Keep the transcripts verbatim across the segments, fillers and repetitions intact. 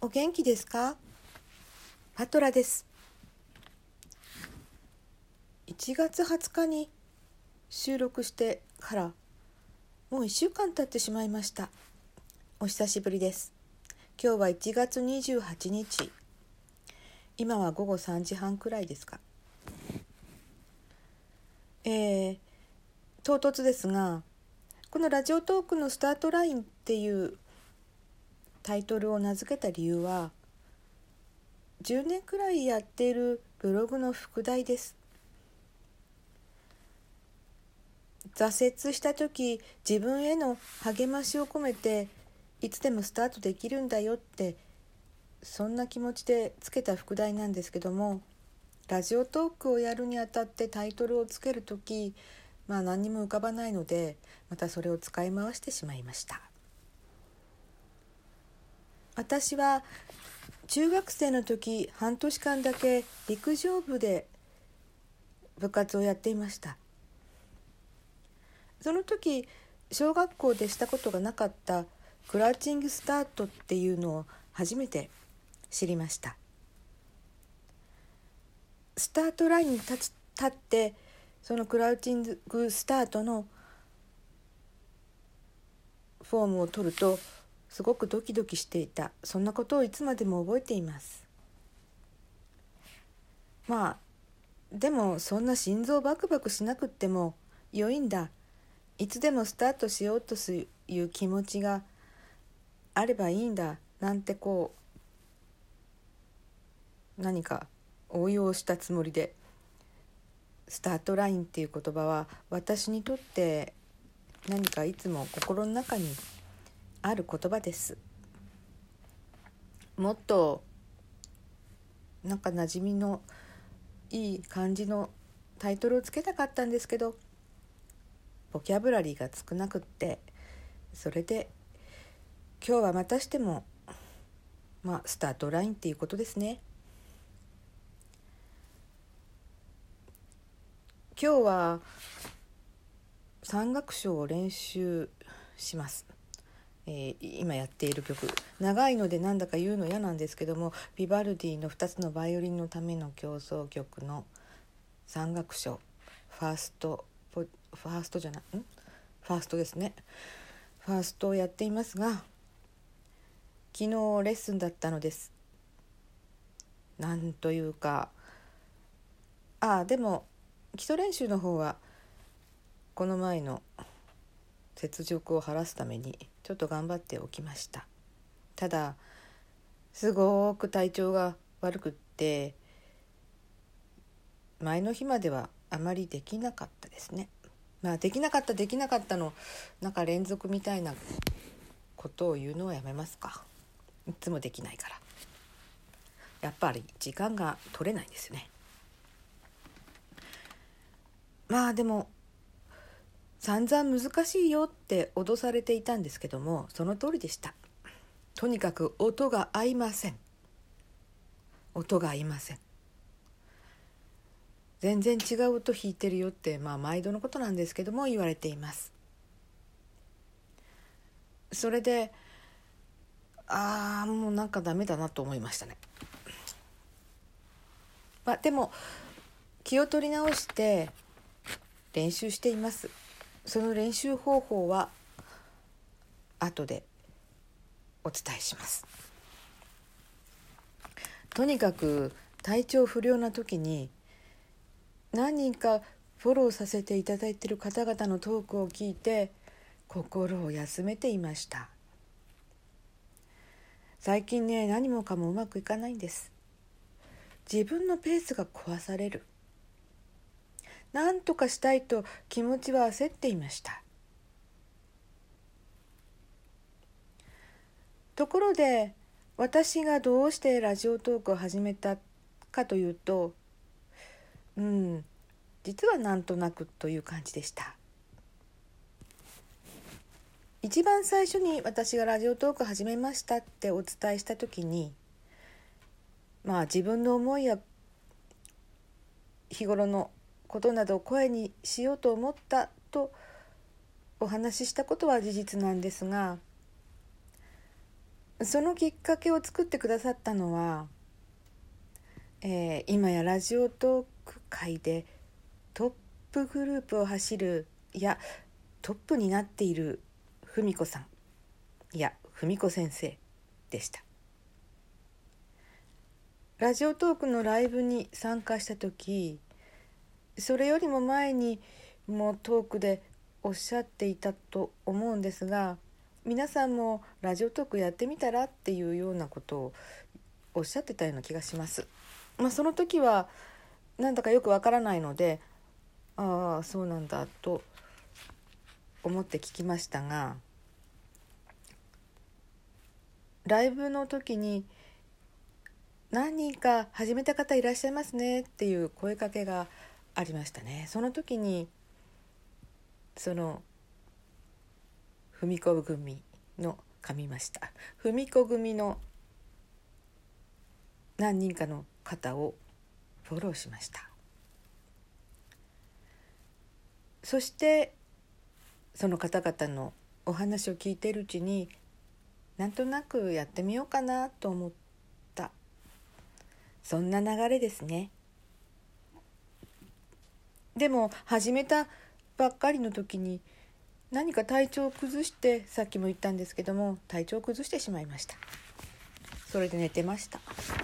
お元気ですか？パトラです。いちがつはつかに収録してからもういっしゅうかん経ってしまいました。お久しぶりです。今日はいちがつにじゅうはちにち、今はごごさんじはんくらいですか。えー、唐突ですが、このラジオトークのスタートラインっていうタイトルを名付けた理由は、じゅうねんくらいやっているブログの副題です。挫折した時、自分への励ましを込めていつでもスタートできるんだよって、そんな気持ちでつけた副題なんですけども、ラジオトークをやるにあたってタイトルをつける時、まあ何にも浮かばないので、またそれを使い回してしまいました。私は中学生の時、半年間だけ陸上部で部活をやっていました。その時、小学校でしたことがなかったクラウチングスタートっていうのを初めて知りました。スタートラインに立つ立ってそのクラウチングスタートのフォームを取るとすごくドキドキしていた。そんなことをいつまでも覚えています。まあでもそんな心臓バクバクしなくっても良いんだ、いつでもスタートしようという気持ちがあればいいんだなんて、こう何か応用したつもりで、スタートラインっていう言葉は私にとって何かいつも心の中にある言葉です。もっとなんか馴染みのいい感じのタイトルをつけたかったんですけど、ボキャブラリーが少なくって、それで今日はまたしてもまあスタートラインっていうことですね。今日は三楽章を練習します。えー、今やっている曲、長いのでなんだか言うの嫌なんですけども、ビバルディのふたつのバイオリンのための協奏曲の三楽章、ファーストファーストじゃないんファーストですね。ファーストをやっていますが、昨日レッスンだったのです。なんというか、ああでも基礎練習の方はこの前の雪辱を晴らすためにちょっと頑張っておきました。ただすごく体調が悪くって、前の日まではあまりできなかったですね。まあできなかったできなかったのなんか連続みたいなことを言うのはやめますか。いつもできないから、やっぱり時間が取れないんですよね。まあでも散々難しいよって脅されていたんですけども、その通りでした。とにかく音が合いません。音が合いません。全然違う音弾いてるよって、まあ毎度のことなんですけども言われています。それでああもうなんかダメだなと思いましたね。まあでも気を取り直して練習しています。その練習方法は後でお伝えします。とにかく体調不良な時に何人かフォローさせていただいている方々のトークを聞いて心を休めていました。最近ね、何もかもうまくいかないんです。自分のペースが壊される。何とかしたいと気持ちは焦っていました。ところで私がどうしてラジオトークを始めたかというと、うん実はなんとなくという感じでした。一番最初に私がラジオトーク始めましたってお伝えした時に、まあ自分の思いや日頃のことなどを声にしようと思ったとお話ししたことは事実なんですが、 そのきっかけを作ってくださったのは、えー、今やラジオトーク界でトップグループを走る、いやトップになっている文子さん、いや文子先生でした。ラジオトークのライブに参加した時、それよりも前にもうトークでおっしゃっていたと思うんですが、皆さんもラジオトークやってみたらっていうようなことをおっしゃってたような気がします。まあ、その時はなんだかよくわからないので、ああそうなんだと思って聞きましたが、ライブの時に何人か始めた方いらっしゃいますねっていう声かけがありましたね。その時にその文子組の噛みました文子組の何人かの方をフォローしました。そしてその方々のお話を聞いているうちに、なんとなくやってみようかなと思った、そんな流れですね。でも始めたばっかりの時に何か体調を崩して、さっきも言ったんですけども、体調を崩してしまいました。それで寝てました。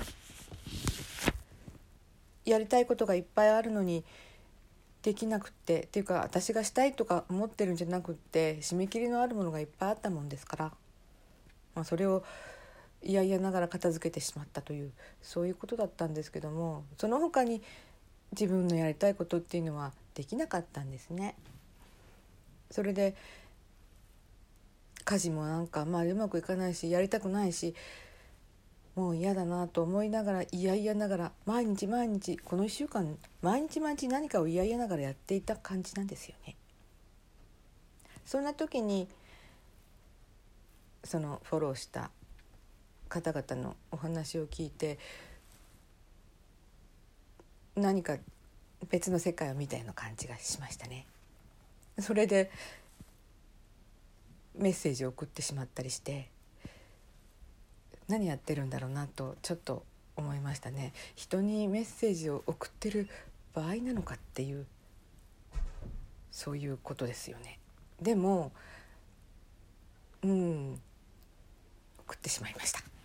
やりたいことがいっぱいあるのにできなくて、っていうか私がしたいとか思ってるんじゃなくって、締め切りのあるものがいっぱいあったもんですから、まあ、それをいやいやながら片付けてしまったという、そういうことだったんですけども、その他に自分のやりたいことっていうのはできなかったんですね。それで家事もなんかまあうまくいかないし、やりたくないし、もう嫌だなと思いながら、いやいやながら毎日毎日、このいっしゅうかん毎日毎日何かをいやいやながらやっていた感じなんですよね。そんな時にそのフォローした方々のお話を聞いて、何か別の世界を見たような感じがしましたね。それでメッセージを送ってしまったりして、何やってるんだろうなとちょっと思いましたね。人にメッセージを送ってる場合なのかっていう、そういうことですよね。でもうん送ってしまいました。